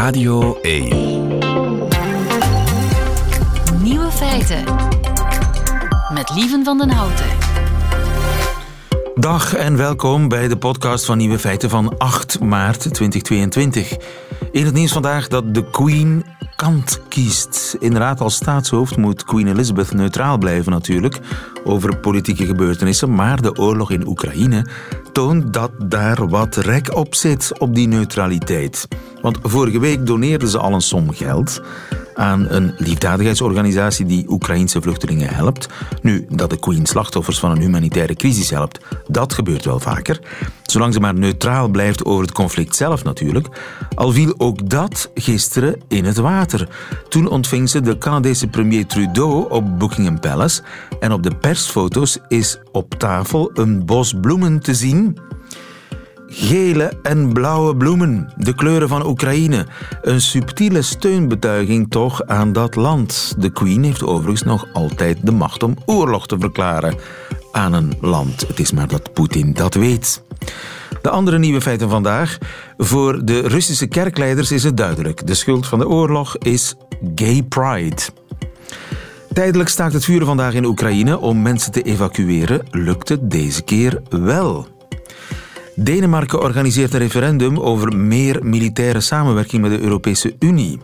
Radio 1. Nieuwe feiten. Met Lieven van den Houten. Dag en welkom bij de podcast van Nieuwe Feiten van 8 maart 2022. In het nieuws vandaag dat de Queen kant kiest. Inderdaad, als staatshoofd moet Queen Elizabeth neutraal blijven natuurlijk over politieke gebeurtenissen, maar de oorlog in Oekraïne toont dat daar wat rek op zit op die neutraliteit. Want vorige week doneerden ze al een som geld aan een liefdadigheidsorganisatie die Oekraïense vluchtelingen helpt. Nu, dat de Queen slachtoffers van een humanitaire crisis helpt, dat gebeurt wel vaker. Zolang ze maar neutraal blijft over het conflict zelf natuurlijk. Al viel ook dat gisteren in het water. Toen ontving ze de Canadese premier Trudeau op Buckingham Palace en op de persfoto's is op tafel een bos bloemen te zien. Gele en blauwe bloemen, de kleuren van Oekraïne. Een subtiele steunbetuiging toch aan dat land. De Queen heeft overigens nog altijd de macht om oorlog te verklaren aan een land. Het is maar dat Poetin dat weet. De andere nieuwe feiten vandaag. Voor de Russische kerkleiders is het duidelijk. De schuld van de oorlog is gay pride. Tijdelijk staakt het vuren vandaag in Oekraïne om mensen te evacueren. Lukt het deze keer wel? Denemarken organiseert een referendum over meer militaire samenwerking met de Europese Unie.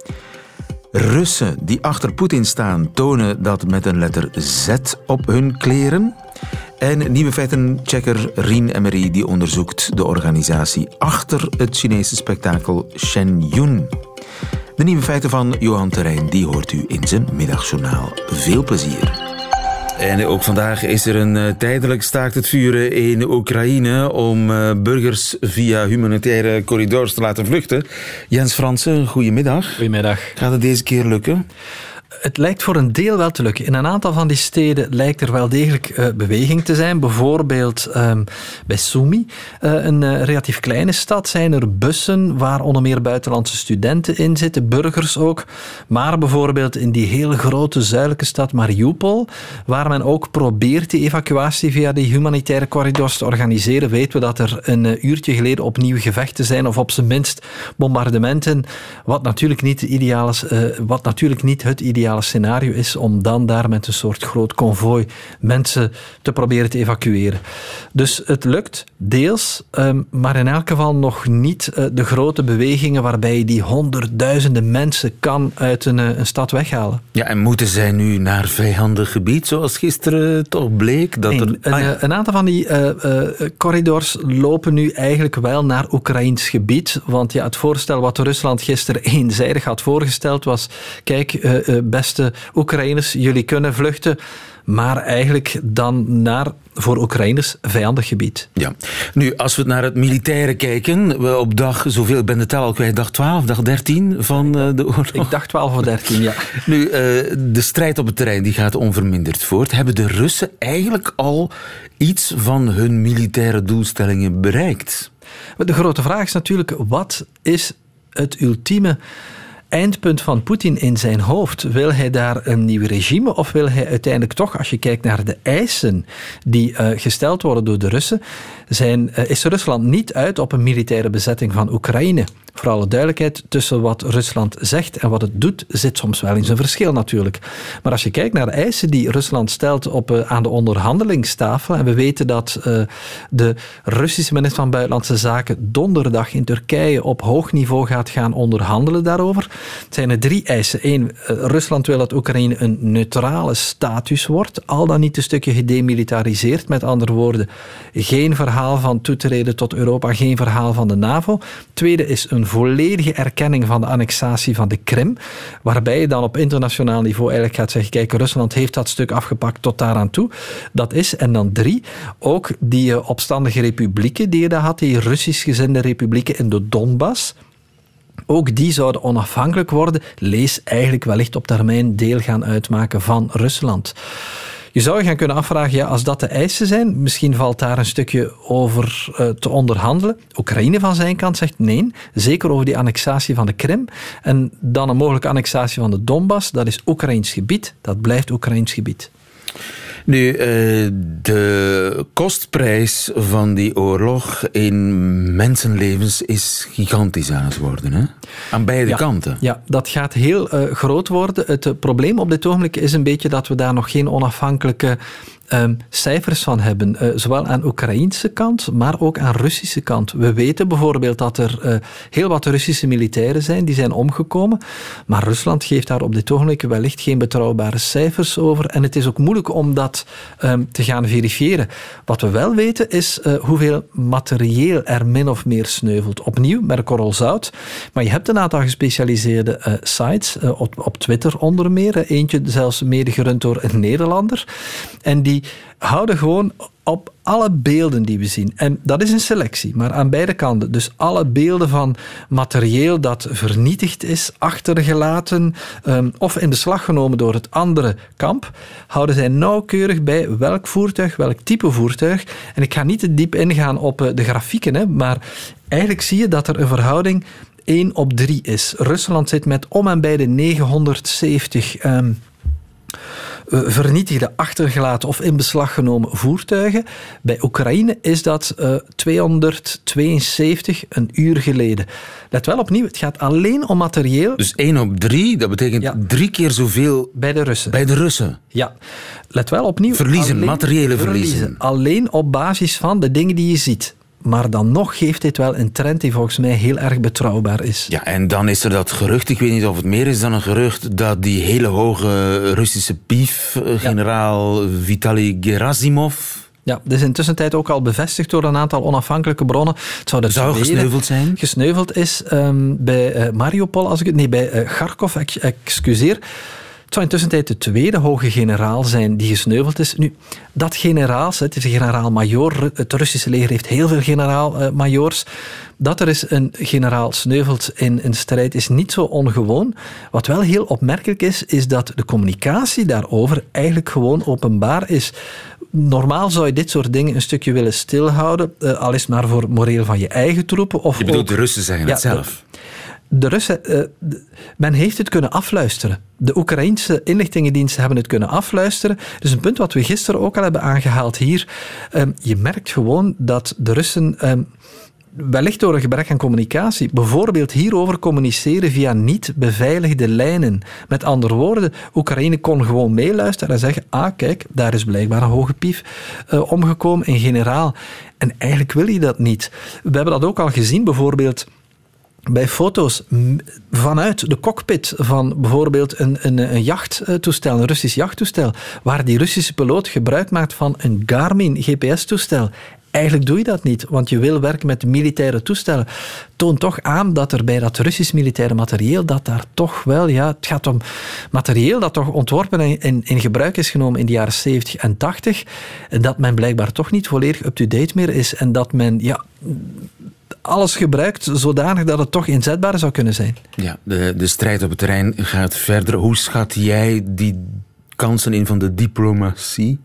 Russen die achter Poetin staan tonen dat met een letter Z op hun kleren. En nieuwe feitenchecker Rien Emery die onderzoekt de organisatie achter het Chinese spektakel Shen Yun. De nieuwe feiten van Johan Terrein die hoort u in zijn middagjournaal. Veel plezier. En ook vandaag is er een tijdelijk staakt het vuren in Oekraïne om burgers via humanitaire corridors te laten vluchten. Jens Fransen, goedemiddag. Goedemiddag. Gaat het deze keer lukken? Het lijkt voor een deel wel te lukken. In een aantal van die steden lijkt er wel degelijk beweging te zijn. Bijvoorbeeld bij Sumy, een relatief kleine stad, zijn er bussen waar onder meer buitenlandse studenten in zitten, burgers ook. Maar bijvoorbeeld in die heel grote zuidelijke stad Mariupol, waar men ook probeert die evacuatie via die humanitaire corridors te organiseren, weten we dat er een uurtje geleden opnieuw gevechten zijn, of op zijn minst bombardementen, wat natuurlijk niet het ideale scenario is om dan daar met een soort groot konvooi mensen te proberen te evacueren. Dus het lukt deels, maar in elk geval nog niet de grote bewegingen waarbij je die honderdduizenden mensen kan uit een stad weghalen. Ja, en moeten zij nu naar vijandig gebied, zoals gisteren toch bleek? Een aantal van die corridors lopen nu eigenlijk wel naar Oekraïns gebied, want ja, het voorstel wat Rusland gisteren eenzijdig had voorgesteld was, kijk, beste Oekraïners, jullie kunnen vluchten, maar eigenlijk dan naar, voor Oekraïners, vijandig gebied. Ja. Nu, als we naar het militaire kijken, we op dag, zoveel, ik ben de tel al kwijt, dag 12, dag 13 van de oorlog. Ik dacht 12 of 13, ja. Nu, de strijd op het terrein die gaat onverminderd voort. Hebben de Russen eigenlijk al iets van hun militaire doelstellingen bereikt? De grote vraag is natuurlijk, wat is het ultieme eindpunt van Poetin in zijn hoofd? Wil hij daar een nieuw regime of wil hij uiteindelijk toch, als je kijkt naar de eisen die gesteld worden door de Russen, is Rusland niet uit op een militaire bezetting van Oekraïne? Voor alle duidelijkheid, tussen wat Rusland zegt en wat het doet, zit soms wel eens een verschil natuurlijk. Maar als je kijkt naar de eisen die Rusland stelt aan de onderhandelingstafel, en we weten dat de Russische minister van Buitenlandse Zaken donderdag in Turkije op hoog niveau gaat gaan onderhandelen daarover. Het zijn er 3 eisen. 1, Rusland wil dat Oekraïne een neutrale status wordt, al dan niet een stukje gedemilitariseerd. Met andere woorden, geen verhaal van toe te treden tot Europa, geen verhaal van de NAVO. Tweede is een volledige erkenning van de annexatie van de Krim, waarbij je dan op internationaal niveau eigenlijk gaat zeggen, kijk, Rusland heeft dat stuk afgepakt tot daaraan toe. Dat is, en dan 3, ook die opstandige republieken die je daar had, die Russisch gezinde republieken in de Donbass. Ook die zouden onafhankelijk worden, lees eigenlijk wellicht op termijn deel gaan uitmaken van Rusland. Je zou je gaan kunnen afvragen, ja, als dat de eisen zijn, misschien valt daar een stukje over te onderhandelen. Oekraïne van zijn kant zegt nee, zeker over die annexatie van de Krim. En dan een mogelijke annexatie van de Donbass, dat is Oekraïns gebied, dat blijft Oekraïns gebied. Nu, de kostprijs van die oorlog in mensenlevens is gigantisch aan het worden, hè? Aan beide kanten. Ja, dat gaat heel groot worden. Het probleem op dit ogenblik is een beetje dat we daar nog geen onafhankelijke cijfers van hebben. Zowel aan Oekraïnse kant, maar ook aan Russische kant. We weten bijvoorbeeld dat er heel wat Russische militairen zijn die zijn omgekomen. Maar Rusland geeft daar op dit ogenblik wellicht geen betrouwbare cijfers over. En het is ook moeilijk om dat te gaan verifiëren. Wat we wel weten is hoeveel materieel er min of meer sneuvelt. Opnieuw, met korrel zout. Maar je hebt een aantal gespecialiseerde sites, op Twitter onder meer. Eentje zelfs mede gerund door een Nederlander. En die houden gewoon op alle beelden die we zien. En dat is een selectie, maar aan beide kanten. Dus alle beelden van materieel dat vernietigd is, achtergelaten of in beslag genomen door het andere kamp, houden zij nauwkeurig bij welk voertuig, welk type voertuig. En ik ga niet te diep ingaan op de grafieken, hè, maar eigenlijk zie je dat er een verhouding 1:3 is. Rusland zit met om en bij de 970 vernietigde, achtergelaten of in beslag genomen voertuigen. Bij Oekraïne is dat 272 een uur geleden. Let wel opnieuw, het gaat alleen om materieel. Dus 1:3, dat betekent 3 keer zoveel bij de Russen. Bij de Russen. Ja. Let wel opnieuw. Verliezen, materiële verliezen. Alleen op basis van de dingen die je ziet. Maar dan nog geeft dit wel een trend die volgens mij heel erg betrouwbaar is. Ja, en dan is er dat gerucht, ik weet niet of het meer is dan een gerucht, dat die hele hoge Russische pief, generaal Vitali Gerasimov... Ja, dat is intussen tijd ook al bevestigd door een aantal onafhankelijke bronnen. Het zou gesneuveld zijn? Gesneuveld is bij Mariupol, bij Kharkov, excuseer. Het zou intussen tijd de tweede hoge generaal zijn die gesneuveld is. Nu, dat generaals, het is een generaal-majoor, het Russische leger heeft heel veel generaal-majoors. Dat er eens een generaal sneuvelt in een strijd is niet zo ongewoon. Wat wel heel opmerkelijk is dat de communicatie daarover eigenlijk gewoon openbaar is. Normaal zou je dit soort dingen een stukje willen stilhouden, al is het maar voor moreel van je eigen troepen. Of je bedoelt, de Russen zeggen het zelf. De Russen, men heeft het kunnen afluisteren. De Oekraïense inlichtingendiensten hebben het kunnen afluisteren. Dus een punt wat we gisteren ook al hebben aangehaald hier. Je merkt gewoon dat de Russen, wellicht door een gebrek aan communicatie, bijvoorbeeld hierover communiceren via niet beveiligde lijnen. Met andere woorden, Oekraïne kon gewoon meeluisteren en zeggen, kijk, daar is blijkbaar een hoge pief omgekomen, een generaal. En eigenlijk wil je dat niet. We hebben dat ook al gezien, bijvoorbeeld bij foto's vanuit de cockpit van bijvoorbeeld een jachttoestel, een Russisch jachttoestel, waar die Russische piloot gebruik maakt van een Garmin GPS-toestel. Eigenlijk doe je dat niet, want je wil werken met militaire toestellen. Toont toch aan dat er bij dat Russisch militaire materieel, dat daar toch wel, het gaat om materieel dat toch ontworpen en in gebruik is genomen in de jaren 70 en 80, en dat men blijkbaar toch niet volledig up-to-date meer is en dat men, alles gebruikt zodanig dat het toch inzetbaar zou kunnen zijn. Ja, de strijd op het terrein gaat verder. Hoe schat jij die kansen in van de diplomatie?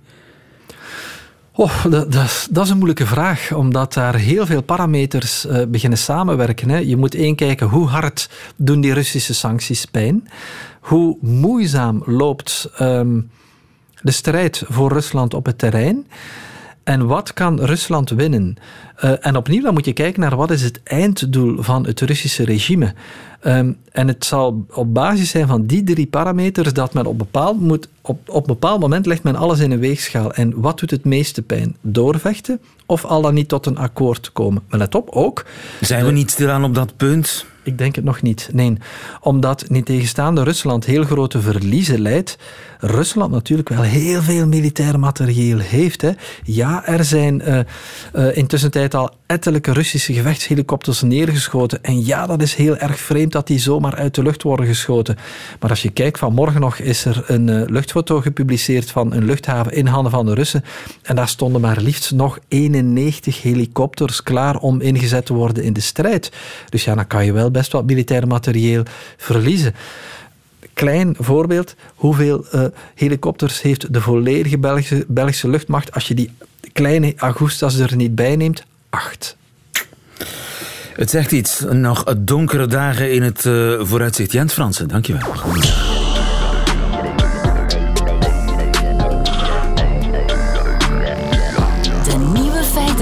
Dat is een moeilijke vraag, omdat daar heel veel parameters beginnen samenwerken. Hè. Je moet kijken, hoe hard doen die Russische sancties pijn? Hoe moeizaam loopt de strijd voor Rusland op het terrein? En wat kan Rusland winnen? En opnieuw dan moet je kijken naar wat is het einddoel van het Russische regime. En het zal op basis zijn van die 3 parameters dat men op een bepaald moment legt men alles in een weegschaal. En wat doet het meeste pijn? Doorvechten of al dan niet tot een akkoord komen? Maar let op, ook... Zijn we niet stilaan op dat punt? Ik denk het nog niet, nee. Omdat niettegenstaande Rusland heel grote verliezen leidt, Rusland natuurlijk wel heel veel militair materieel heeft. Hè. Ja, er zijn intussen tijd al ettelijke Russische gevechtshelikopters neergeschoten. En ja, dat is heel erg vreemd dat die zomaar uit de lucht worden geschoten. Maar als je kijkt, vanmorgen nog is er een luchtfoto gepubliceerd van een luchthaven in handen van de Russen. En daar stonden maar liefst nog 91 helikopters klaar om ingezet te worden in de strijd. Dus ja, dan kan je wel best wat militair materieel verliezen. Klein voorbeeld, hoeveel helikopters heeft de volledige Belgische luchtmacht als je die kleine Augustas er niet bij neemt? 8. Het zegt iets. Nog donkere dagen in het vooruitzicht. Jens Fransen, dankjewel.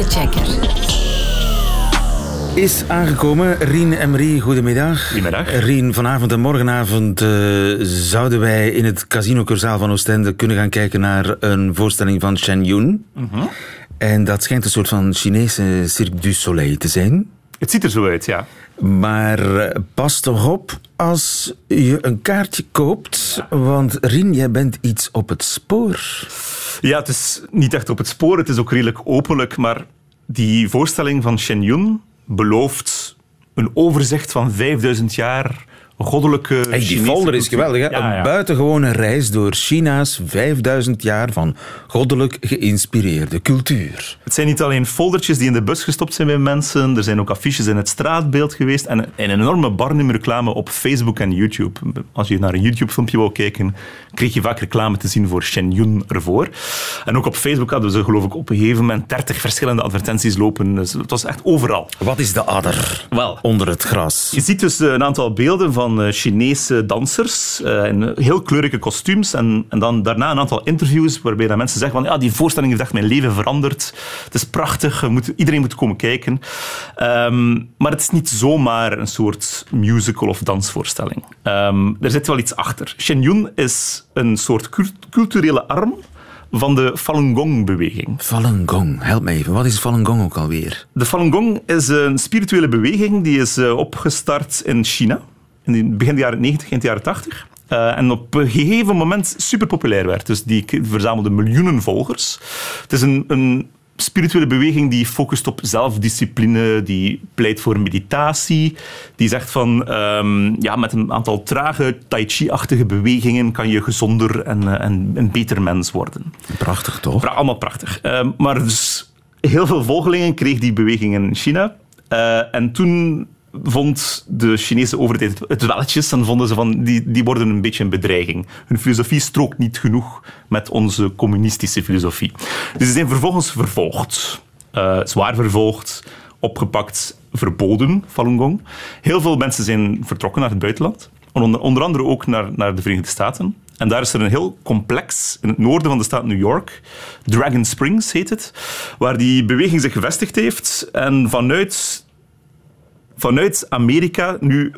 Factchecker. Is aangekomen. Rien Emery, goedemiddag. Goedemiddag. Rien, vanavond en morgenavond zouden wij in het Casino Cursaal van Oostende kunnen gaan kijken naar een voorstelling van Shen Yun. Mm-hmm. En dat schijnt een soort van Chinese Cirque du Soleil te zijn. Het ziet er zo uit, ja. Maar pas toch op als je een kaartje koopt, want Rien, jij bent iets op het spoor. Ja, het is niet echt op het spoor, het is ook redelijk openlijk, maar die voorstelling van Shen Yun belooft een overzicht van 5000 jaar goddelijke die folder is geweldig, hè? Ja. Een buitengewone reis door China's 5000 jaar van goddelijk geïnspireerde cultuur. Het zijn niet alleen foldertjes die in de bus gestopt zijn bij mensen, er zijn ook affiches in het straatbeeld geweest en een enorme barnumreclame op Facebook en YouTube. Als je naar een YouTube-filmpje wou kijken, kreeg je vaak reclame te zien voor Shen Yun ervoor. En ook op Facebook hadden ze geloof ik op een gegeven moment 30 verschillende advertenties lopen. Dus het was echt overal. Wat is de adder onder het gras? Je ziet dus een aantal beelden van Chinese dansers in heel kleurige kostuums en dan daarna een aantal interviews waarbij dat mensen zeggen van ja, die voorstelling heeft echt mijn leven veranderd. Het is prachtig, iedereen moet komen kijken. Maar het is niet zomaar een soort musical of dansvoorstelling. Er zit wel iets achter. Shen Yun is een soort culturele arm van de Falun Gong-beweging. Falun Gong, help me even. Wat is Falun Gong ook alweer? De Falun Gong is een spirituele beweging die is opgestart in China. In begin de jaren 90, eind jaren 80. En op een gegeven moment super populair werd. Dus die verzamelde miljoenen volgers. Het is een spirituele beweging die focust op zelfdiscipline, die pleit voor meditatie, die zegt van met een aantal trage tai chi-achtige bewegingen kan je gezonder en een beter mens worden. Prachtig, toch? Allemaal prachtig. Maar dus heel veel volgelingen kreeg die beweging in China. En toen vond de Chinese overheid het welletjes en vonden ze van die worden een beetje een bedreiging. Hun filosofie strookt niet genoeg met onze communistische filosofie. Dus ze zijn vervolgens vervolgd. Zwaar vervolgd, opgepakt, verboden, Falun Gong. Heel veel mensen zijn vertrokken naar het buitenland. Onder andere ook naar de Verenigde Staten. En daar is er een heel complex in het noorden van de staat New York. Dragon Springs heet het. Waar die beweging zich gevestigd heeft. En vanuit Amerika nu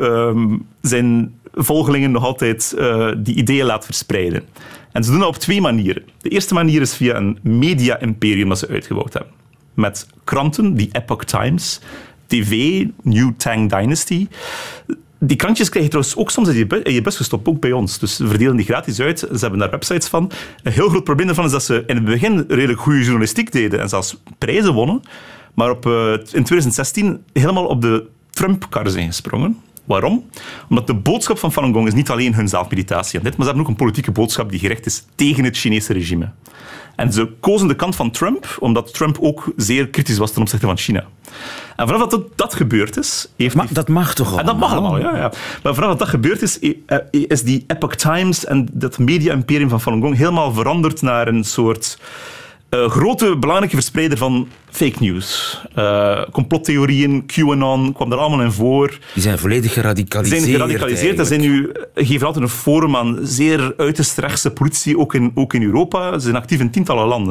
zijn volgelingen nog altijd die ideeën laten verspreiden. En ze doen dat op 2 manieren. De eerste manier is via een media-imperium dat ze uitgebouwd hebben. Met kranten, die Epoch Times, tv, New Tang Dynasty. Die krantjes krijg je trouwens ook soms in je bus gestopt, ook bij ons. Dus we verdelen die gratis uit. Ze hebben daar websites van. Een heel groot probleem daarvan is dat ze in het begin redelijk goede journalistiek deden en zelfs prijzen wonnen. Maar in 2016 helemaal op de Trump-kar zijn gesprongen. Waarom? Omdat de boodschap van Falun Gong is niet alleen hun zelfmeditatie en dit, maar ze hebben ook een politieke boodschap die gericht is tegen het Chinese regime. En ze kozen de kant van Trump, omdat Trump ook zeer kritisch was ten opzichte van China. En vanaf dat gebeurd is... dat mag toch al? En dat mag allemaal, ja. Maar vanaf dat gebeurd is die Epoch Times en dat media-imperium van Falun Gong helemaal veranderd naar een soort grote, belangrijke verspreider van fake news. Complottheorieën, QAnon, kwam daar allemaal in voor. Die zijn volledig geradicaliseerd. Ze geven altijd een forum aan zeer uiterst rechtse politie, ook in Europa. Ze zijn actief in tientallen landen.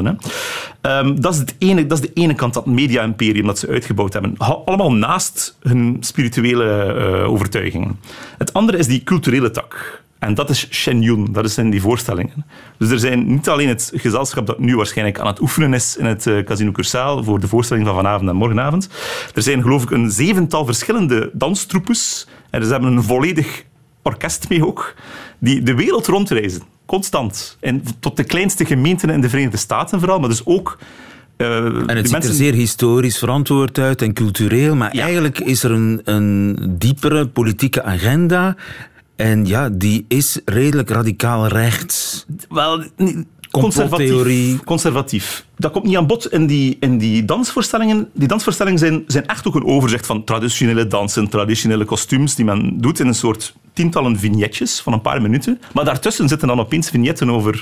Hè. Dat is de ene kant, dat media-imperium dat ze uitgebouwd hebben. Allemaal naast hun spirituele overtuigingen. Het andere is die culturele tak. En dat is Shen Yun, dat is in die voorstellingen. Dus er zijn niet alleen het gezelschap dat nu waarschijnlijk aan het oefenen is in het Casino Cursaal voor de voorstelling van vanavond en morgenavond. Er zijn geloof ik een 7-tal verschillende danstroepes. En ze hebben een volledig orkest mee ook, die de wereld rondreizen. Constant. En tot de kleinste gemeenten in de Verenigde Staten vooral, maar dus ook... en het ziet er zeer historisch verantwoord uit en cultureel, maar eigenlijk is er een diepere politieke agenda. En ja, die is redelijk radicaal rechts. Wel, complottheorie. Conservatief. Dat komt niet aan bod in die dansvoorstellingen. Die dansvoorstellingen zijn echt ook een overzicht van traditionele dansen, traditionele kostuums die men doet in een soort tientallen vignetjes van een paar minuten. Maar daartussen zitten dan opeens vignetten over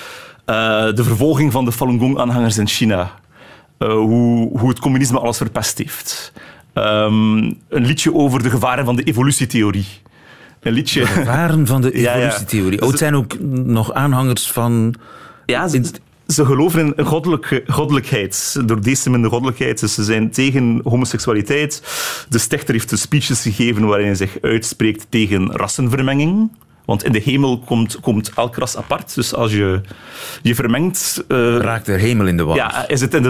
de vervolging van de Falun Gong-aanhangers in China. Hoe het communisme alles verpest heeft. Een liedje over de gevaren van de evolutietheorie. Een liedje. De gevaren van de evolutietheorie. Het zijn ook nog aanhangers van... Ja, ze geloven in goddelijkheid. Door deze in de goddelijkheid. Dus ze zijn tegen homoseksualiteit. De stichter heeft speeches gegeven waarin hij zich uitspreekt tegen rassenvermenging. Want in de hemel komt elk ras apart. Dus als je vermengt... raakt de hemel in de war. Ja,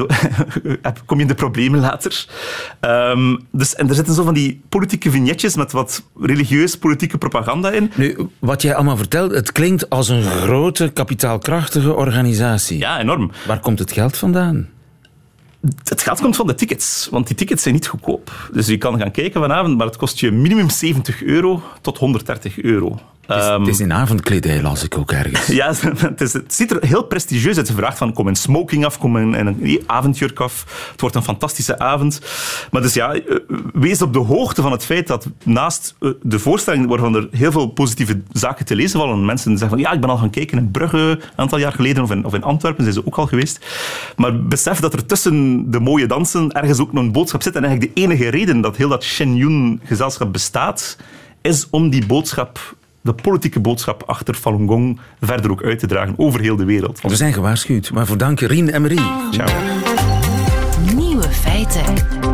kom je in de problemen later. En er zitten zo van die politieke vignetjes met wat religieus-politieke propaganda in. Nu, wat jij allemaal vertelt, het klinkt als een grote, kapitaalkrachtige organisatie. Ja, enorm. Waar komt het geld vandaan? Het geld komt van de tickets, want die tickets zijn niet goedkoop. Dus je kan gaan kijken vanavond, maar het kost je minimum €70 tot €130. Het is in avondkledij, las ik ook ergens. Ja, het ziet er heel prestigieus uit. Ze vraagt van, kom in smoking af, kom in een avondjurk af. Het wordt een fantastische avond. Maar dus ja, wees op de hoogte van het feit dat naast de voorstelling, waarvan er heel veel positieve zaken te lezen vallen, mensen zeggen van, ja, ik ben al gaan kijken in Brugge een aantal jaar geleden, of in Antwerpen zijn ze ook al geweest. Maar besef dat er tussen de mooie dansen ergens ook nog een boodschap zit. En eigenlijk de enige reden dat heel dat Shenyun-gezelschap bestaat, is om die boodschap, de politieke boodschap achter Falun Gong verder ook uit te dragen over heel de wereld. We zijn gewaarschuwd. Maar voor dank, Rien en Marie. Ciao. Nieuwe feiten.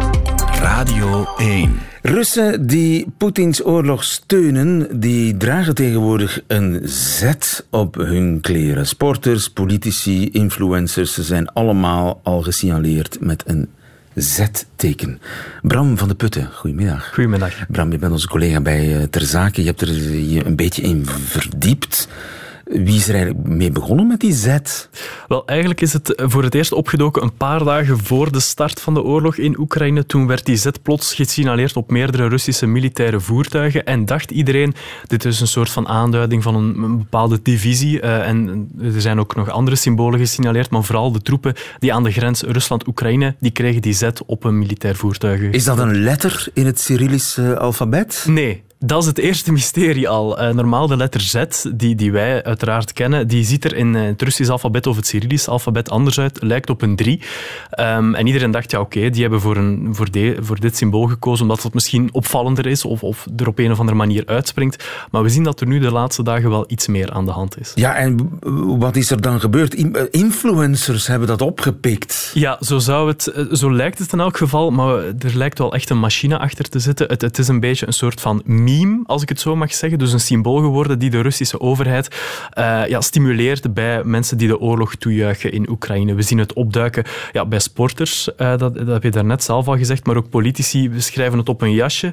Radio 1. Russen die Poetins oorlog steunen, die dragen tegenwoordig een Z op hun kleren. Sporters, politici, influencers, ze zijn allemaal al gesignaleerd met een Z-teken. Bram van de Putten, goedemiddag. Goedemiddag. Bram, je bent onze collega bij Ter Zake. Je hebt er je een beetje in verdiept. Wie is er eigenlijk mee begonnen met die Z? Wel, eigenlijk is het voor het eerst opgedoken een paar dagen voor de start van de oorlog in Oekraïne. Toen werd die Z plots gesignaleerd op meerdere Russische militaire voertuigen en dacht iedereen, dit is een soort van aanduiding van een bepaalde divisie. En er zijn ook nog andere symbolen gesignaleerd, maar vooral de troepen die aan de grens Rusland-Oekraïne, die kregen die Z op een militair voertuig. Is dat een letter in het Cyrillische alfabet? Nee. Dat is het eerste mysterie al. Normaal de letter Z, die wij uiteraard kennen, die ziet er in het Russisch alfabet of het Cyrillisch alfabet anders uit, lijkt op een 3. En iedereen dacht, ja oké, die hebben voor dit symbool gekozen omdat het misschien opvallender is of er op een of andere manier uitspringt. Maar we zien dat er nu de laatste dagen wel iets meer aan de hand is. Ja, en wat is er dan gebeurd? Influencers hebben dat opgepikt. Ja, zo lijkt het in elk geval, maar er lijkt wel echt een machine achter te zitten. Het is een beetje een soort van meme, als ik het zo mag zeggen. Dus een symbool geworden die de Russische overheid stimuleert bij mensen die de oorlog toejuichen in Oekraïne. We zien het opduiken bij sporters, dat heb je daarnet zelf al gezegd, maar ook politici schrijven het op een jasje.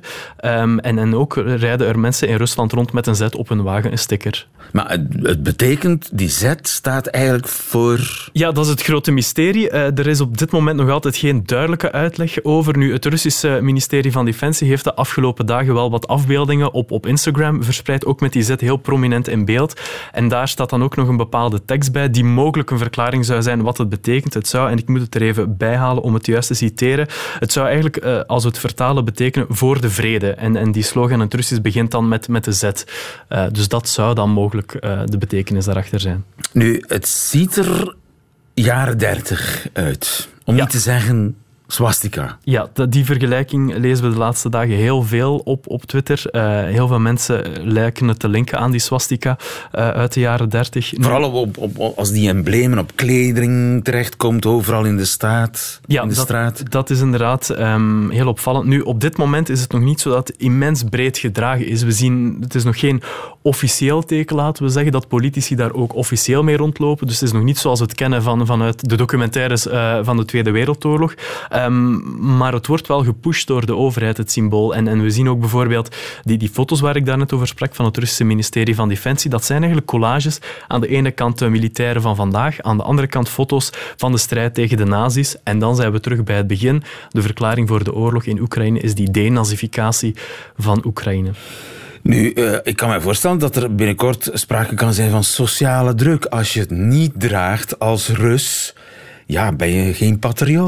En ook rijden er mensen in Rusland rond met een Z op hun wagen, een sticker. Maar het betekent, die Z staat eigenlijk voor... Ja, dat is het grote mysterie. Er is op dit moment nog altijd geen duidelijke uitleg over. Nu, het Russische ministerie van Defensie heeft de afgelopen dagen wel wat afbeeldingen op Instagram verspreid, ook met die Z heel prominent in beeld. En daar staat dan ook nog een bepaalde tekst bij, die mogelijk een verklaring zou zijn wat het betekent. Het zou, en ik moet het er even bijhalen om het juist te citeren, het zou eigenlijk, als we het vertalen, betekenen voor de vrede. En die slogan in het Russisch begint dan met de Z. Dus dat zou dan mogelijk de betekenis daarachter zijn. Nu, het ziet er jaren 30 uit. Om niet te zeggen swastika. Ja, die vergelijking lezen we de laatste dagen heel veel op Twitter. Heel veel mensen lijken het te linken aan die swastika uit de jaren 30. Vooral als die emblemen op kleding terechtkomt, overal in de straat. Dat is inderdaad heel opvallend. Nu, op dit moment is het nog niet zo dat het immens breed gedragen is. We zien, het is nog geen officieel teken, laten we zeggen, dat politici daar ook officieel mee rondlopen. Dus het is nog niet zoals we het kennen vanuit de documentaires van de Tweede Wereldoorlog. Maar het wordt wel gepusht door de overheid, het symbool. En we zien ook bijvoorbeeld die foto's waar ik daarnet over sprak van het Russische ministerie van Defensie. Dat zijn eigenlijk collages. Aan de ene kant de militairen van vandaag, aan de andere kant foto's van de strijd tegen de nazi's. En dan zijn we terug bij het begin. De verklaring voor de oorlog in Oekraïne is die denazificatie van Oekraïne. Nu, ik kan me voorstellen dat er binnenkort sprake kan zijn van sociale druk. Als je het niet draagt als Rus, ben je geen patriot.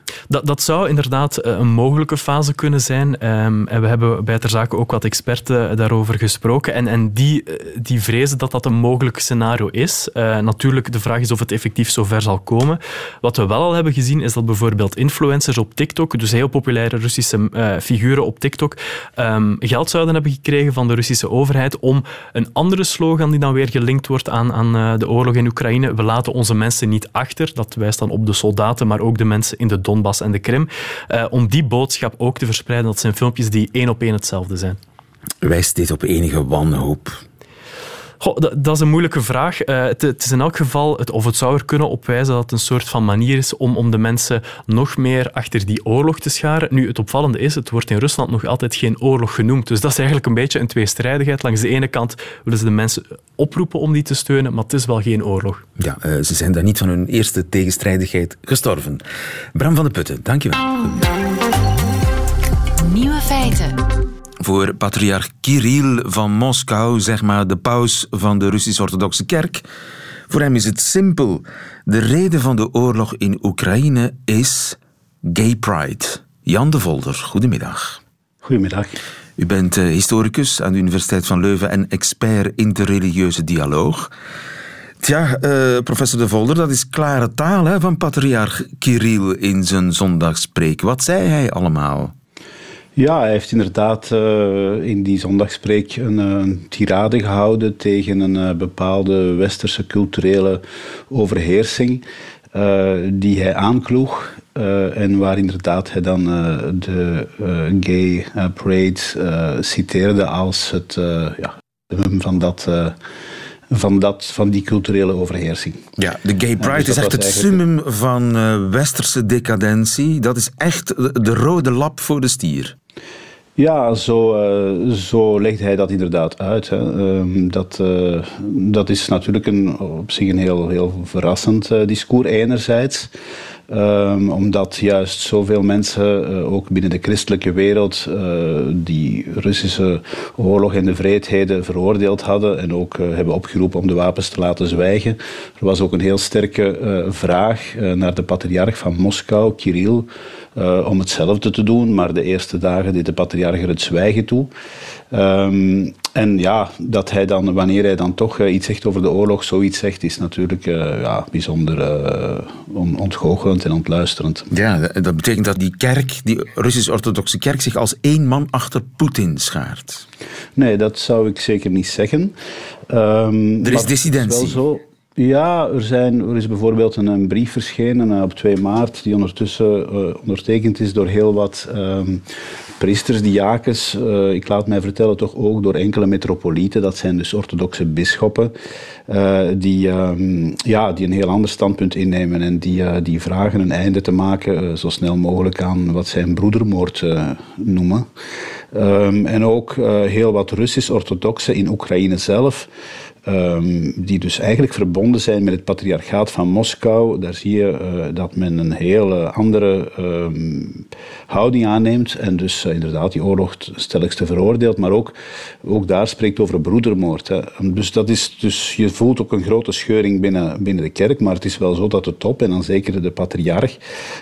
Dat zou inderdaad een mogelijke fase kunnen zijn. En we hebben bij ter zake ook wat experten daarover gesproken. En die vrezen dat dat een mogelijk scenario is. Natuurlijk, de vraag is of het effectief zover zal komen. Wat we wel al hebben gezien, is dat bijvoorbeeld influencers op TikTok, dus heel populaire Russische figuren op TikTok, geld zouden hebben gekregen van de Russische overheid om een andere slogan die dan weer gelinkt wordt aan de oorlog in Oekraïne. We laten onze mensen niet achter. Dat wijst dan op de soldaten, maar ook de mensen in de Donbass en de Krim. Om die boodschap ook te verspreiden. Dat zijn filmpjes die 1 op 1 hetzelfde zijn. Wijst dit op enige wanhoop? Goh, dat is een moeilijke vraag. Het is in elk geval, het zou er kunnen op wijzen dat het een soort van manier is om de mensen nog meer achter die oorlog te scharen. Nu, het opvallende is, het wordt in Rusland nog altijd geen oorlog genoemd. Dus dat is eigenlijk een beetje een tweestrijdigheid. Langs de ene kant willen ze de mensen oproepen om die te steunen, maar het is wel geen oorlog. Ja, ze zijn daar niet van hun eerste tegenstrijdigheid gestorven. Bram van de Putten, dankjewel. Nieuwe feiten. Voor patriarch Kirill van Moskou, zeg maar de paus van de Russisch-Orthodoxe Kerk. Voor hem is het simpel. De reden van de oorlog in Oekraïne is Gay Pride. Jan de Volder, goedemiddag. Goedemiddag. U bent historicus aan de Universiteit van Leuven en expert interreligieuze dialoog. Tja, professor de Volder, dat is klare taal hè, van patriarch Kirill in zijn zondagspreek. Wat zei hij allemaal? Ja, hij heeft inderdaad in die zondagspreek een tirade gehouden tegen een bepaalde westerse culturele overheersing die hij aankloeg. En waar inderdaad hij dan de Gay Parade citeerde als het van die culturele overheersing. Ja, de Gay Pride dus is echt het summum van westerse decadentie. Dat is echt de rode lap voor de stier. Ja, zo legt hij dat inderdaad uit. Hè. Dat is natuurlijk op zich een heel verrassend discours enerzijds. Omdat juist zoveel mensen, ook binnen de christelijke wereld, die Russische oorlog en de wreedheden veroordeeld hadden en ook hebben opgeroepen om de wapens te laten zwijgen. Er was ook een heel sterke vraag naar de patriarch van Moskou, Kirill, om hetzelfde te doen, maar de eerste dagen deed de patriarch er het zwijgen toe. En ja, dat hij dan, wanneer hij dan toch iets zegt over de oorlog, zoiets zegt, is natuurlijk bijzonder ontgoochelend en ontluisterend. Ja, dat betekent dat die kerk, die Russisch-Orthodoxe kerk, zich als één man achter Poetin schaart. Nee, dat zou ik zeker niet zeggen. Er is dissidentie. Het is wel zo. Ja, er is bijvoorbeeld een brief verschenen op 2 maart die ondertussen ondertekend is door heel wat priesters, diakens. Ik laat mij vertellen toch ook door enkele metropolieten. Dat zijn dus orthodoxe bisschoppen die een heel ander standpunt innemen en die vragen een einde te maken zo snel mogelijk aan wat zij een broedermoord noemen. En ook heel wat Russisch-orthodoxen in Oekraïne zelf, die dus eigenlijk verbonden zijn met het patriarchaat van Moskou. Daar zie je dat men een heel andere houding aanneemt en dus inderdaad die oorlog stelligste veroordeelt, maar ook daar spreekt over broedermoord. Hè. Dus je voelt ook een grote scheuring binnen de kerk, maar het is wel zo dat de top, en dan zeker de patriarch,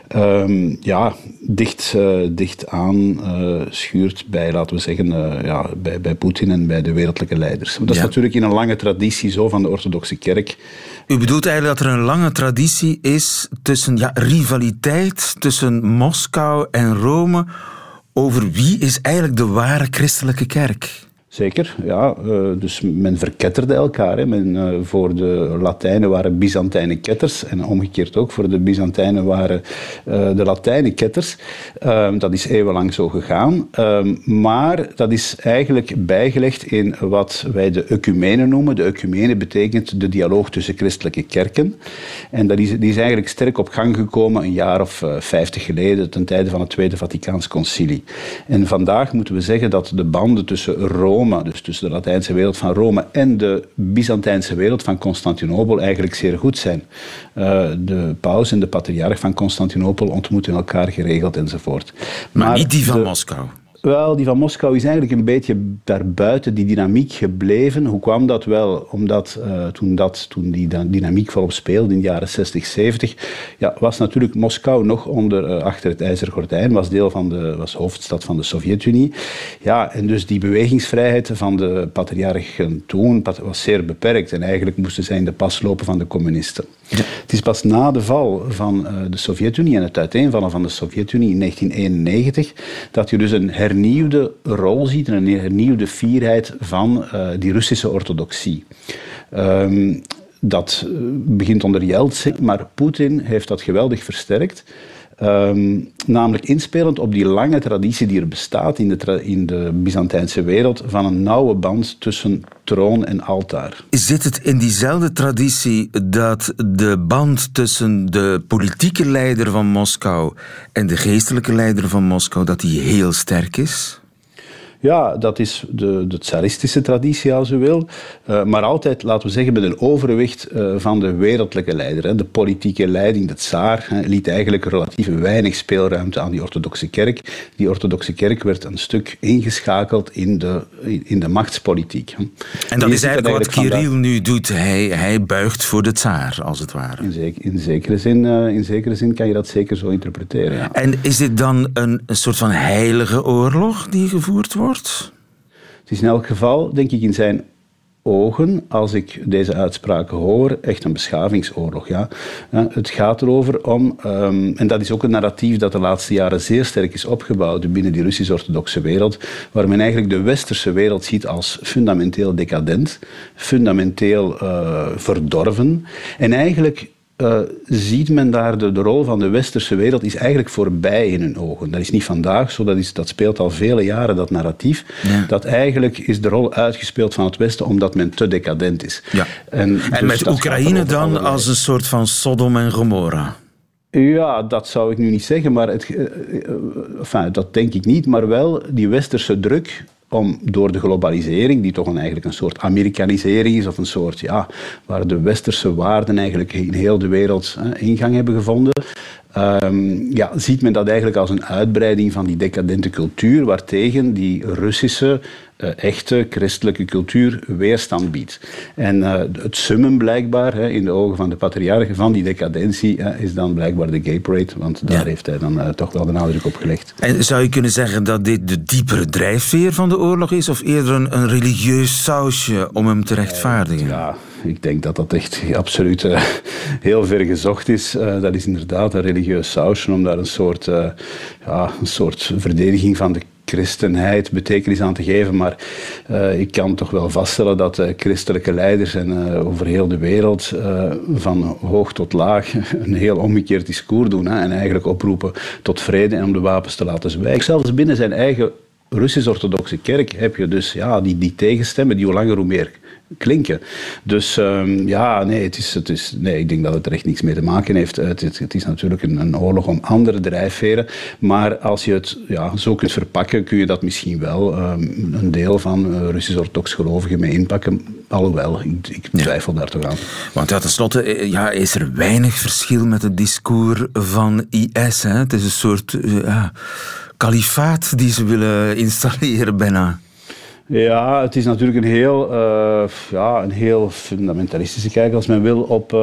dicht aan schuurt bij, laten we zeggen, bij Poetin en bij de wereldlijke leiders. Dat is natuurlijk in een lange traditie zo van de orthodoxe kerk. U bedoelt eigenlijk dat er een lange traditie is tussen rivaliteit tussen Moskou en Rome over wie is eigenlijk de ware christelijke kerk? Zeker, ja. Dus men verketterde elkaar. Hè. Voor de Latijnen waren Byzantijnen ketters en omgekeerd ook. Voor de Byzantijnen waren de Latijnen ketters. Dat is eeuwenlang zo gegaan. Maar dat is eigenlijk bijgelegd in wat wij de ecumene noemen. De ecumene betekent de dialoog tussen christelijke kerken. En die is eigenlijk sterk op gang gekomen een jaar of 50 geleden, ten tijde van het Tweede Vaticaans Concilie. En vandaag moeten we zeggen dat de banden tussen Rome, dus tussen de Latijnse wereld van Rome en de Byzantijnse wereld van Constantinopel eigenlijk zeer goed zijn. De paus en de patriarch van Constantinopel ontmoeten elkaar geregeld enzovoort. Maar niet die van Moskou? Wel, die van Moskou is eigenlijk een beetje daarbuiten die dynamiek gebleven. Hoe kwam dat? Wel, omdat toen die dynamiek volop speelde in de jaren 60, 70, was natuurlijk Moskou nog achter het ijzeren gordijn, was hoofdstad van de Sovjet-Unie. Ja, en dus die bewegingsvrijheid van de patriarchen toen was zeer beperkt en eigenlijk moesten zij in de pas lopen van de communisten. Ja. Het is pas na de val van de Sovjet-Unie en het uiteenvallen van de Sovjet-Unie in 1991 dat je dus een hernieuwde rol ziet en een hernieuwde fierheid van die Russische orthodoxie. Dat begint onder Jeltsin, maar Poetin heeft dat geweldig versterkt. Namelijk inspelend op die lange traditie die er bestaat in de Byzantijnse wereld van een nauwe band tussen troon en altaar. Zit het in diezelfde traditie dat de band tussen de politieke leider van Moskou en de geestelijke leider van Moskou dat die heel sterk is? Ja, dat is de tsaristische traditie, als u wil. Maar altijd, laten we zeggen, met een overwicht van de wereldlijke leider. De politieke leiding, de tsaar, liet eigenlijk relatief weinig speelruimte aan die orthodoxe kerk. Die orthodoxe kerk werd een stuk ingeschakeld in de machtspolitiek. En dat is eigenlijk wat Kirill nu doet. Hij buigt voor de tsaar, als het ware. In zekere zin kan je dat zeker zo interpreteren. Ja. En is dit dan een soort van heilige oorlog die gevoerd wordt? Het is in elk geval, denk ik, in zijn ogen, als ik deze uitspraken hoor, echt een beschavingsoorlog. Ja. Het gaat erover om, en dat is ook een narratief dat de laatste jaren zeer sterk is opgebouwd binnen die Russisch-orthodoxe wereld, waar men eigenlijk de westerse wereld ziet als fundamenteel decadent, fundamenteel verdorven. En eigenlijk ziet men daar de rol van de westerse wereld is eigenlijk voorbij in hun ogen. Dat is niet vandaag zo, dat speelt al vele jaren, dat narratief. Ja. Dat eigenlijk is de rol uitgespeeld van het Westen omdat men te decadent is. Ja. En dus met Oekraïne dan als een soort van Sodom en Gomorra? Ja, dat zou ik nu niet zeggen, maar dat denk ik niet. Maar wel die westerse druk om door de globalisering, die toch eigenlijk een soort Amerikanisering is, of een soort, waar de westerse waarden eigenlijk in heel de wereld ingang hebben gevonden, ziet men dat eigenlijk als een uitbreiding van die decadente cultuur, waartegen die Russische echte christelijke cultuur weerstand biedt. En het summen blijkbaar, in de ogen van de patriarchen van die decadentie, is dan blijkbaar de gay parade, want daar heeft hij dan toch wel de nadruk op gelegd. En zou je kunnen zeggen dat dit de diepere drijfveer van de oorlog is, of eerder een religieus sausje om hem te rechtvaardigen? Ja, ik denk dat dat echt absoluut heel ver gezocht is. Dat is inderdaad een religieus sausje om daar een soort verdediging van de christenheid betekenis aan te geven, maar ik kan toch wel vaststellen dat christelijke leiders over heel de wereld van hoog tot laag een heel omgekeerd discours doen en eigenlijk oproepen tot vrede en om de wapens te laten zwijgen. Zelfs binnen zijn eigen Russisch-orthodoxe kerk heb je dus die tegenstemmen die hoe langer hoe meer klinken. Dus ik denk dat het er echt niks mee te maken heeft. Het is natuurlijk een oorlog om andere drijfveren, maar als je het zo kunt verpakken, kun je dat misschien wel een deel van Russisch-orthodox gelovigen mee inpakken. Alhoewel, ik twijfel daar toch aan. Want tenslotte is er weinig verschil met het discours van IS. Hè? Het is een soort kalifaat die ze willen installeren bijna. Ja, het is natuurlijk een heel fundamentalistische kijk, als men wil,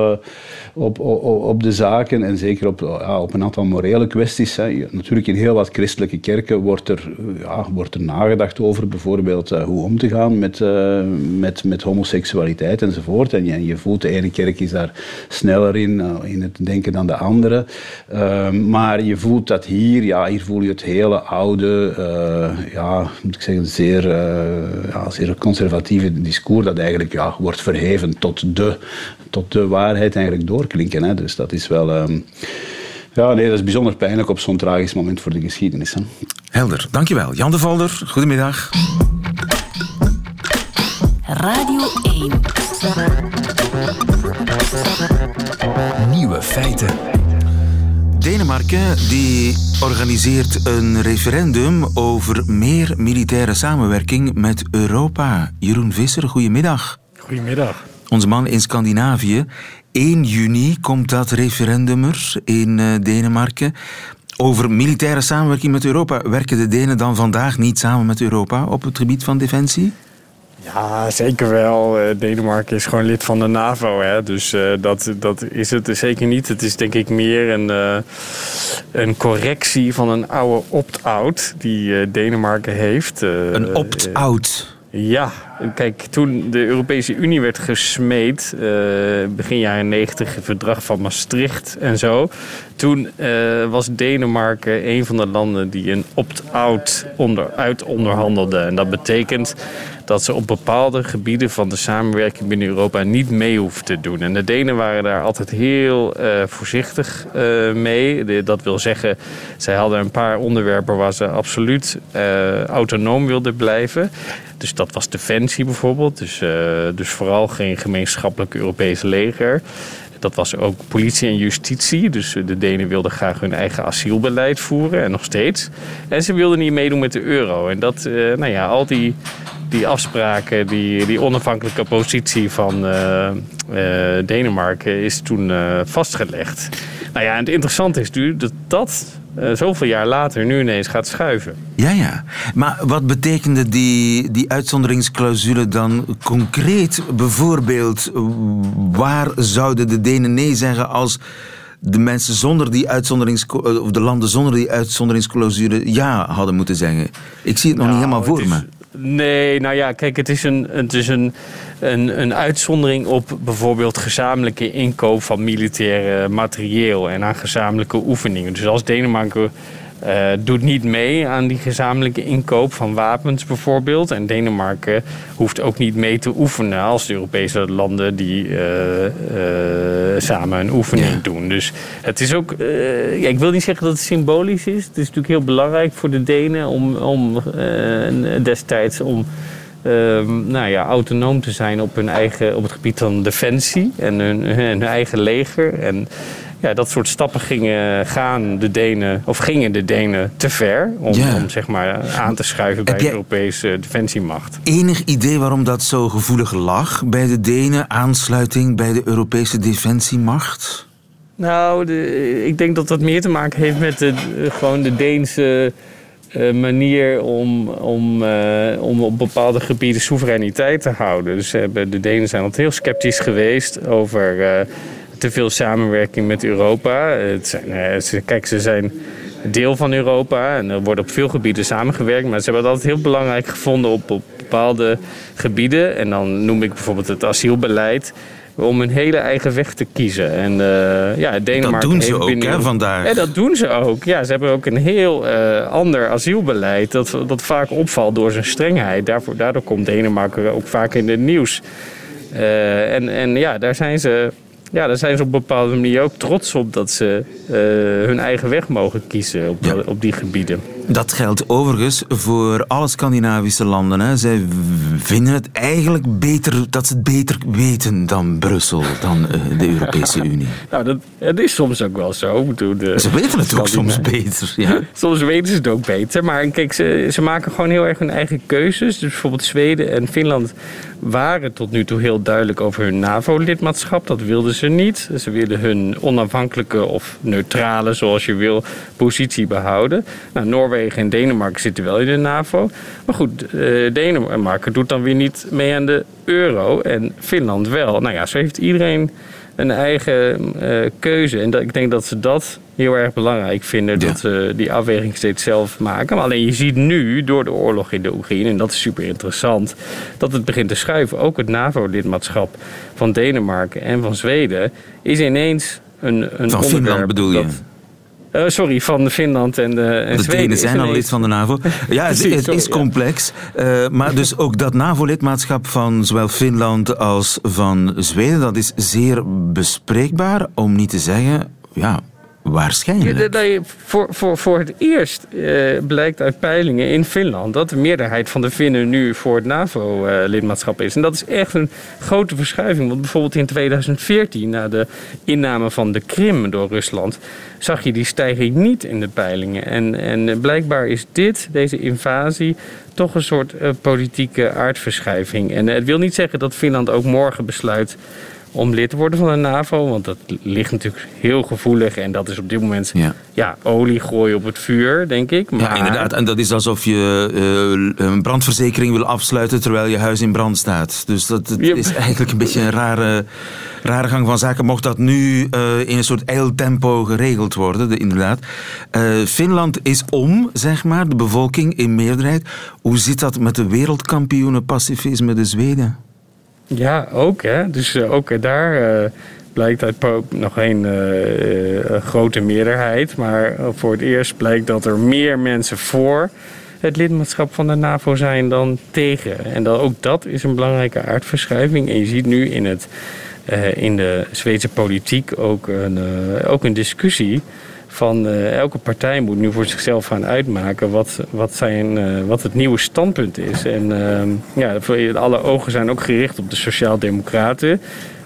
op de zaken en zeker op een aantal morele kwesties. Natuurlijk in heel wat christelijke kerken wordt er nagedacht over bijvoorbeeld hoe om te gaan met homoseksualiteit enzovoort. En je voelt de ene kerk is daar sneller in het denken dan de andere. Maar je voelt dat hier voel je het hele oude, moet ik zeggen, zeer conservatieve discours dat eigenlijk wordt verheven tot de waarheid eigenlijk doorklinken. Hè. Dus dat is wel... dat is bijzonder pijnlijk op zo'n tragisch moment voor de geschiedenis. Hè. Helder, dankjewel. Jan de Valder, goedemiddag. Radio 1. Nieuwe feiten. Denemarken die organiseert een referendum over meer militaire samenwerking met Europa. Jeroen Visser, goedemiddag. Goedemiddag. Onze man in Scandinavië. 1 juni komt dat referendum er in Denemarken. Over militaire samenwerking met Europa. Werken de Denen dan vandaag niet samen met Europa op het gebied van defensie? Ja, zeker wel. Denemarken is gewoon lid van de NAVO. Hè? Dus dat is het zeker niet. Het is denk ik meer een correctie van een oude opt-out die Denemarken heeft. Een opt-out? Ja, kijk, toen de Europese Unie werd gesmeed, begin jaren 90, het verdrag van Maastricht en zo. Toen was Denemarken een van de landen die een opt-out onderhandelde. En dat betekent dat ze op bepaalde gebieden van de samenwerking binnen Europa niet mee hoefden te doen. En de Denen waren daar altijd heel voorzichtig mee. Dat wil zeggen, zij hadden een paar onderwerpen waar ze absoluut autonoom wilden blijven. Dus dat was defensie bijvoorbeeld. Dus vooral geen gemeenschappelijk Europese leger. Dat was ook politie en justitie. Dus de Denen wilden graag hun eigen asielbeleid voeren. En nog steeds. En ze wilden niet meedoen met de euro. En dat, al die afspraken, die onafhankelijke positie van Denemarken is toen vastgelegd. Nou ja, en het interessante is nu dat zoveel jaar later nu ineens gaat schuiven. Ja. Maar wat betekende die uitzonderingsclausule dan concreet? Bijvoorbeeld, waar zouden de Denen nee zeggen als de mensen zonder die of de landen zonder die uitzonderingsclausule ja hadden moeten zeggen? Ik zie het nog niet helemaal voor me. Nee, nou ja, kijk, het is een uitzondering op bijvoorbeeld gezamenlijke inkoop van militaire materieel en aan gezamenlijke oefeningen. Dus als Denemarken doet niet mee aan die gezamenlijke inkoop van wapens bijvoorbeeld. En Denemarken hoeft ook niet mee te oefenen als de Europese landen die samen een oefening doen. Dus het is ook, ik wil niet zeggen dat het symbolisch is. Het is natuurlijk heel belangrijk voor de Denen om destijds om autonoom te zijn op het gebied van defensie en hun eigen leger. En ja, dat soort stappen gingen de Denen te ver om zeg maar aan te schuiven bij de Europese defensiemacht. Enig idee waarom dat zo gevoelig lag bij de Denen, aansluiting bij de Europese defensiemacht? Nou, ik denk dat dat meer te maken heeft met de Deense manier om op bepaalde gebieden soevereiniteit te houden. Dus de Denen zijn altijd heel sceptisch geweest over te veel samenwerking met Europa. Ze zijn deel van Europa en er wordt op veel gebieden samengewerkt, maar ze hebben het altijd heel belangrijk gevonden op bepaalde gebieden. En dan noem ik bijvoorbeeld het asielbeleid, om hun hele eigen weg te kiezen. En Denemarken dat doen ze ook, hè, vandaag? Ja, dat doen ze ook. Ja, ze hebben ook een heel ander asielbeleid dat vaak opvalt door zijn strengheid. Daardoor komt Denemarken ook vaak in het nieuws. Daar zijn ze op een bepaalde manier ook trots op dat ze hun eigen weg mogen kiezen op die gebieden. Dat geldt overigens voor alle Scandinavische landen. Hè. Zij vinden het eigenlijk beter, dat ze het beter weten dan Brussel, dan de Europese Unie. Nou, dat is soms ook wel zo. Ze weten het ook soms beter. Ja. Soms weten ze het ook beter. Maar kijk, ze maken gewoon heel erg hun eigen keuzes. Dus bijvoorbeeld Zweden en Finland waren tot nu toe heel duidelijk over hun NAVO-lidmaatschap. Dat wilden ze niet. Ze wilden hun onafhankelijke of neutrale, zoals je wil, positie behouden. Nou, Noorwegen en Denemarken zitten wel in de NAVO. Maar goed, Denemarken doet dan weer niet mee aan de euro en Finland wel. Nou ja, zo heeft iedereen een eigen keuze. En ik denk dat ze dat heel erg belangrijk vinden, dat ze die afweging steeds zelf maken. Maar alleen je ziet nu, door de oorlog in de Oekraïne, en dat is super interessant, dat het begint te schuiven. Ook het NAVO-lidmaatschap van Denemarken en van Zweden is ineens een van Finland bedoel je? Van Finland en Zweden. De Denen zijn al lid van de NAVO. Ja, het is complex. Maar dus ook dat NAVO-lidmaatschap van zowel Finland als van Zweden, dat is zeer bespreekbaar, om niet te zeggen, waarschijnlijk. Voor het eerst blijkt uit peilingen in Finland dat de meerderheid van de Finnen nu voor het NAVO-lidmaatschap is. En dat is echt een grote verschuiving. Want bijvoorbeeld in 2014, na de inname van de Krim door Rusland, zag je die stijging niet in de peilingen. En blijkbaar is deze invasie toch een soort politieke aardverschuiving. En het wil niet zeggen dat Finland ook morgen besluit om lid te worden van de NAVO. Want dat ligt natuurlijk heel gevoelig. En dat is op dit moment olie gooien op het vuur, denk ik. Maar... Ja, inderdaad. En dat is alsof je een brandverzekering wil afsluiten terwijl je huis in brand staat. Dus dat is eigenlijk een beetje een rare gang van zaken. Mocht dat nu in een soort eiltempo geregeld worden, inderdaad. Finland is zeg maar, de bevolking in meerderheid. Hoe zit dat met de wereldkampioenen pacifisme, de Zweden? Ja, ook. Hè. Dus ook daar blijkt uit nog geen grote meerderheid. Maar voor het eerst blijkt dat er meer mensen voor het lidmaatschap van de NAVO zijn dan tegen. En ook dat is een belangrijke aardverschuiving. En je ziet nu in de Zweedse politiek ook een discussie van elke partij moet nu voor zichzelf gaan uitmaken wat het nieuwe standpunt is. En alle ogen zijn ook gericht op de Sociaaldemocraten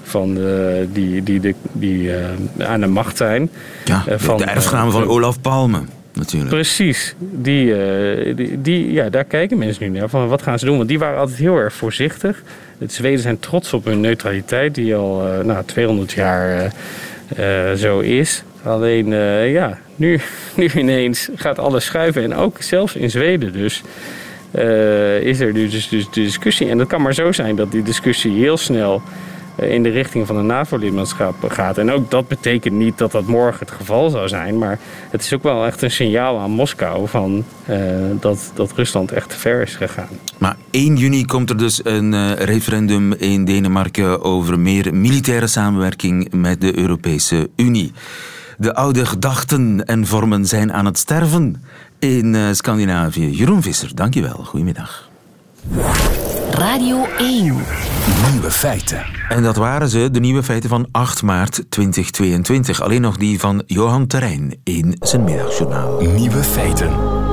die aan de macht zijn. Ja, de erfgenamen van Olaf Palme natuurlijk. Precies. Daar kijken mensen nu naar van wat gaan ze doen. Want die waren altijd heel erg voorzichtig. De Zweden zijn trots op hun neutraliteit die al 200 jaar zo is. Alleen, nu ineens gaat alles schuiven. En ook zelfs in Zweden dus is er dus de discussie. En dat kan maar zo zijn dat die discussie heel snel in de richting van een NAVO-lidmaatschap gaat. En ook dat betekent niet dat dat morgen het geval zou zijn. Maar het is ook wel echt een signaal aan Moskou van dat Rusland echt te ver is gegaan. Maar 1 juni komt er dus een referendum in Denemarken over meer militaire samenwerking met de Europese Unie. De oude gedachten en vormen zijn aan het sterven in Scandinavië. Jeroen Visser, dankjewel. Goedemiddag. Radio 1. Nieuwe feiten. En dat waren ze, de nieuwe feiten van 8 maart 2022. Alleen nog die van Johan Terrein in zijn middagjournaal. Nieuwe feiten.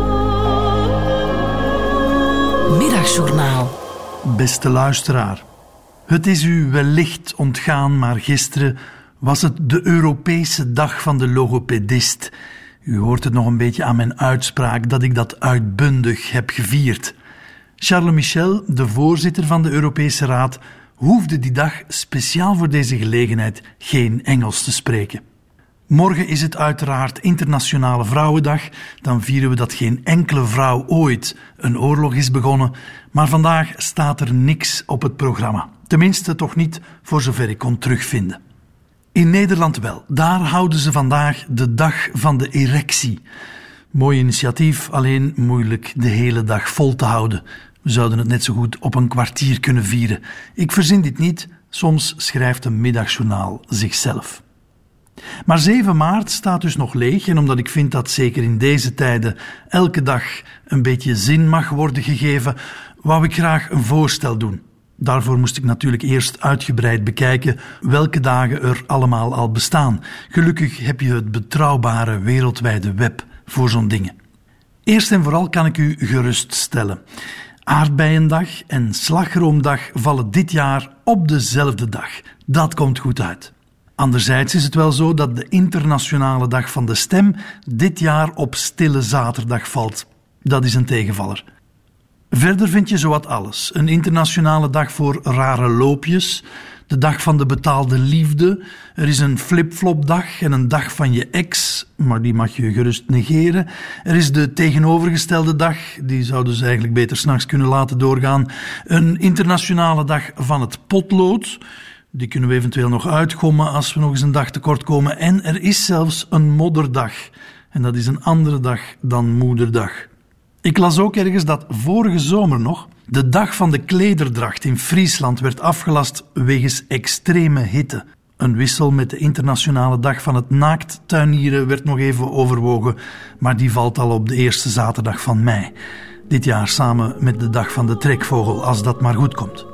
Middagjournaal. Beste luisteraar, het is u wellicht ontgaan, maar gisteren was het de Europese dag van de logopedist. U hoort het nog een beetje aan mijn uitspraak dat ik dat uitbundig heb gevierd. Charles Michel, de voorzitter van de Europese Raad, hoefde die dag speciaal voor deze gelegenheid geen Engels te spreken. Morgen is het uiteraard Internationale Vrouwendag. Dan vieren we dat geen enkele vrouw ooit een oorlog is begonnen. Maar vandaag staat er niks op het programma. Tenminste toch niet voor zover ik kon terugvinden. In Nederland wel. Daar houden ze vandaag de dag van de erectie. Mooi initiatief, alleen moeilijk de hele dag vol te houden. We zouden het net zo goed op een kwartier kunnen vieren. Ik verzin dit niet, soms schrijft een middagjournaal zichzelf. Maar 7 maart staat dus nog leeg en omdat ik vind dat zeker in deze tijden elke dag een beetje zin mag worden gegeven, wou ik graag een voorstel doen. Daarvoor moest ik natuurlijk eerst uitgebreid bekijken welke dagen er allemaal al bestaan. Gelukkig heb je het betrouwbare wereldwijde web voor zo'n dingen. Eerst en vooral kan ik u geruststellen. Aardbeiendag en slagroomdag vallen dit jaar op dezelfde dag. Dat komt goed uit. Anderzijds is het wel zo dat de internationale dag van de stem dit jaar op Stille Zaterdag valt. Dat is een tegenvaller. Verder vind je zowat alles. Een internationale dag voor rare loopjes, de dag van de betaalde liefde, er is een flipflopdag en een dag van je ex, maar die mag je gerust negeren. Er is de tegenovergestelde dag, die zouden ze eigenlijk beter 's nachts kunnen laten doorgaan. Een internationale dag van het potlood, die kunnen we eventueel nog uitgommen als we nog eens een dag tekort komen. En er is zelfs een modderdag, en dat is een andere dag dan Moederdag. Ik las ook ergens dat vorige zomer nog de dag van de klederdracht in Friesland werd afgelast wegens extreme hitte. Een wissel met de internationale dag van het naakttuinieren werd nog even overwogen, maar die valt al op de eerste zaterdag van mei. Dit jaar samen met de dag van de trekvogel, als dat maar goed komt.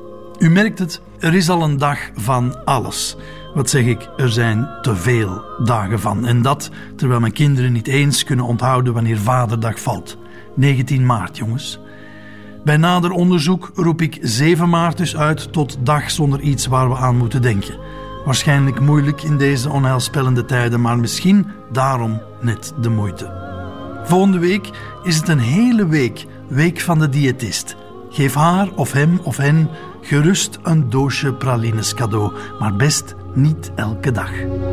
U merkt het, er is al een dag van alles. Wat zeg ik, er zijn te veel dagen van. En dat terwijl mijn kinderen niet eens kunnen onthouden wanneer Vaderdag valt. 19 maart, jongens. Bij nader onderzoek roep ik 7 maart dus uit tot dag zonder iets waar we aan moeten denken. Waarschijnlijk moeilijk in deze onheilspellende tijden, maar misschien daarom net de moeite. Volgende week is het een hele week Week van de Diëtist. Geef haar of hem of hen gerust een doosje pralines cadeau, maar best niet elke dag.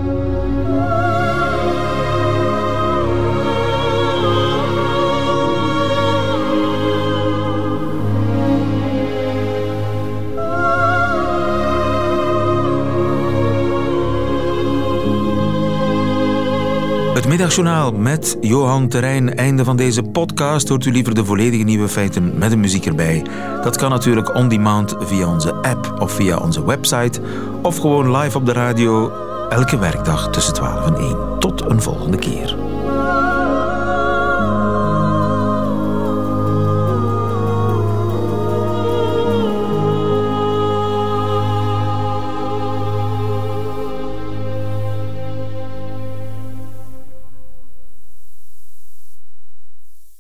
Het Middagjournaal met Johan Terrein. Einde van deze podcast. Hoort u liever de volledige Nieuwe Feiten met de muziek erbij? Dat kan natuurlijk on demand via onze app of via onze website. Of gewoon live op de radio. Elke werkdag tussen 12 en 1. Tot een volgende keer.